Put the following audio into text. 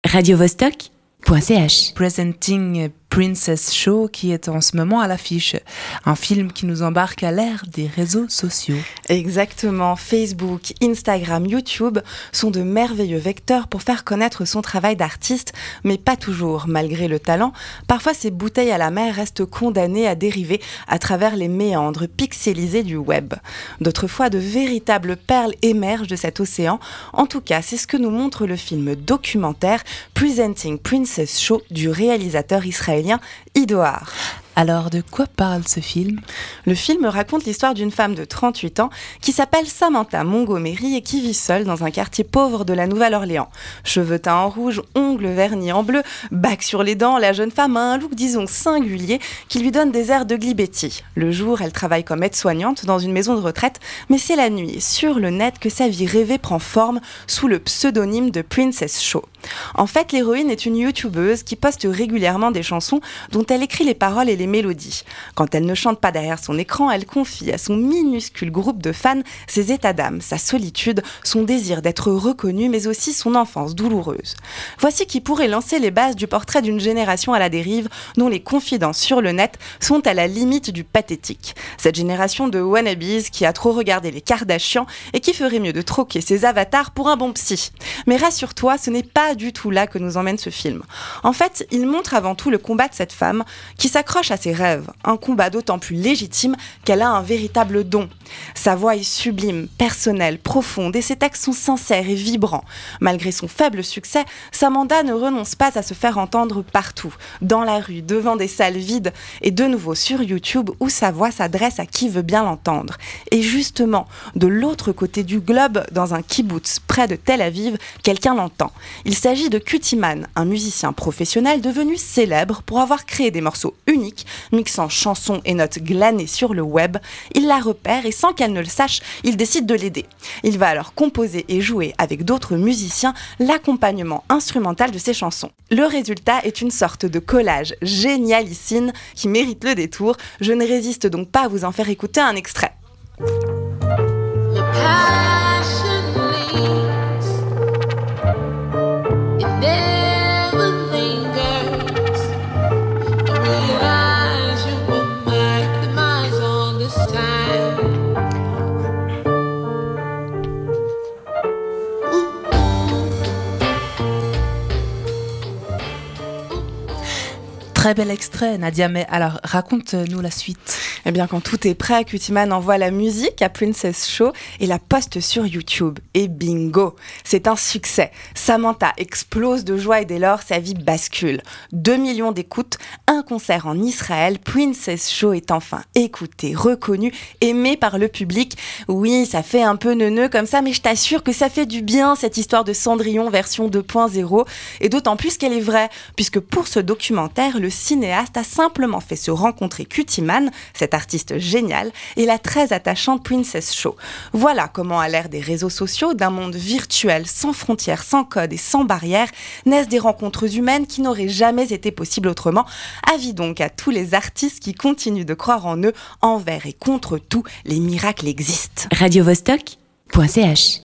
radiovostok.ch. Presenting Princess Show qui est en ce moment à l'affiche. Un film qui nous embarque à l'ère des réseaux sociaux. Exactement. Facebook, Instagram, YouTube sont de merveilleux vecteurs pour faire connaître son travail d'artiste, mais pas toujours, malgré le talent. Parfois, ces bouteilles à la mer restent condamnées à dériver à travers les méandres pixelisés du web. D'autres fois, de véritables perles émergent de cet océan. En tout cas, c'est ce que nous montre le film documentaire Presenting Princess Show du réalisateur israélien Ido-Har. Alors, de quoi parle ce film ? Le film raconte l'histoire d'une femme de 38 ans qui s'appelle Samantha Montgomery et qui vit seule dans un quartier pauvre de la Nouvelle-Orléans. Cheveux teints en rouge, ongles vernis en bleu, bague sur les dents, la jeune femme a un look, disons, singulier qui lui donne des airs de Ugly Betty. Le jour, elle travaille comme aide-soignante dans une maison de retraite, mais c'est la nuit, sur le net, que sa vie rêvée prend forme sous le pseudonyme de Princess Show. En fait, l'héroïne est une youtubeuse qui poste régulièrement des chansons dont elle écrit les paroles et les mélodies. Quand elle ne chante pas derrière son écran, elle confie à son minuscule groupe de fans ses états d'âme, sa solitude, son désir d'être reconnue, mais aussi son enfance douloureuse. Voici qui pourrait lancer les bases du portrait d'une génération à la dérive, dont les confidences sur le net sont à la limite du pathétique. Cette génération de wannabes qui a trop regardé les Kardashians et qui ferait mieux de troquer ses avatars pour un bon psy. Mais rassure-toi, ce n'est pas du tout là que nous emmène ce film. En fait, il montre avant tout le combat de cette femme qui s'accroche à ses rêves, un combat d'autant plus légitime qu'elle a un véritable don. Sa voix est sublime, personnelle, profonde et ses textes sont sincères et vibrants. Malgré son faible succès, Samantha ne renonce pas à se faire entendre partout, dans la rue, devant des salles vides et de nouveau sur YouTube où sa voix s'adresse à qui veut bien l'entendre. Et justement, de l'autre côté du globe, dans un kibboutz près de Tel Aviv, quelqu'un l'entend. Il s'agit de Cutiman, un musicien professionnel devenu célèbre pour avoir créé des morceaux uniques, mixant chansons et notes glanées sur le web. Il la repère et sans qu'elle ne le sache, il décide de l'aider. Il va alors composer et jouer avec d'autres musiciens l'accompagnement instrumental de ses chansons. Le résultat est une sorte de collage génialissime qui mérite le détour. Je ne résiste donc pas à vous en faire écouter un extrait. Très bel extrait, Nadia, mais alors raconte-nous la suite. Eh bien, quand tout est prêt, Cutiman envoie la musique à Princess Show et la poste sur YouTube. Et bingo, c'est un succès. Samantha explose de joie et dès lors, sa vie bascule. 2 millions d'écoutes, un concert en Israël, Princess Show est enfin écouté, reconnu, aimé par le public. Oui, ça fait un peu neuneux comme ça, mais je t'assure que ça fait du bien, cette histoire de Cendrillon version 2.0. Et d'autant plus qu'elle est vraie, puisque pour ce documentaire, le cinéaste a simplement fait se rencontrer Cutiman, cet artiste génial, et la très attachante Princess Show. Voilà comment, à l'ère des réseaux sociaux, d'un monde virtuel, sans frontières, sans code et sans barrières, naissent des rencontres humaines qui n'auraient jamais été possibles autrement. Avis donc à tous les artistes qui continuent de croire en eux, envers et contre tout, les miracles existent. radiovostok.ch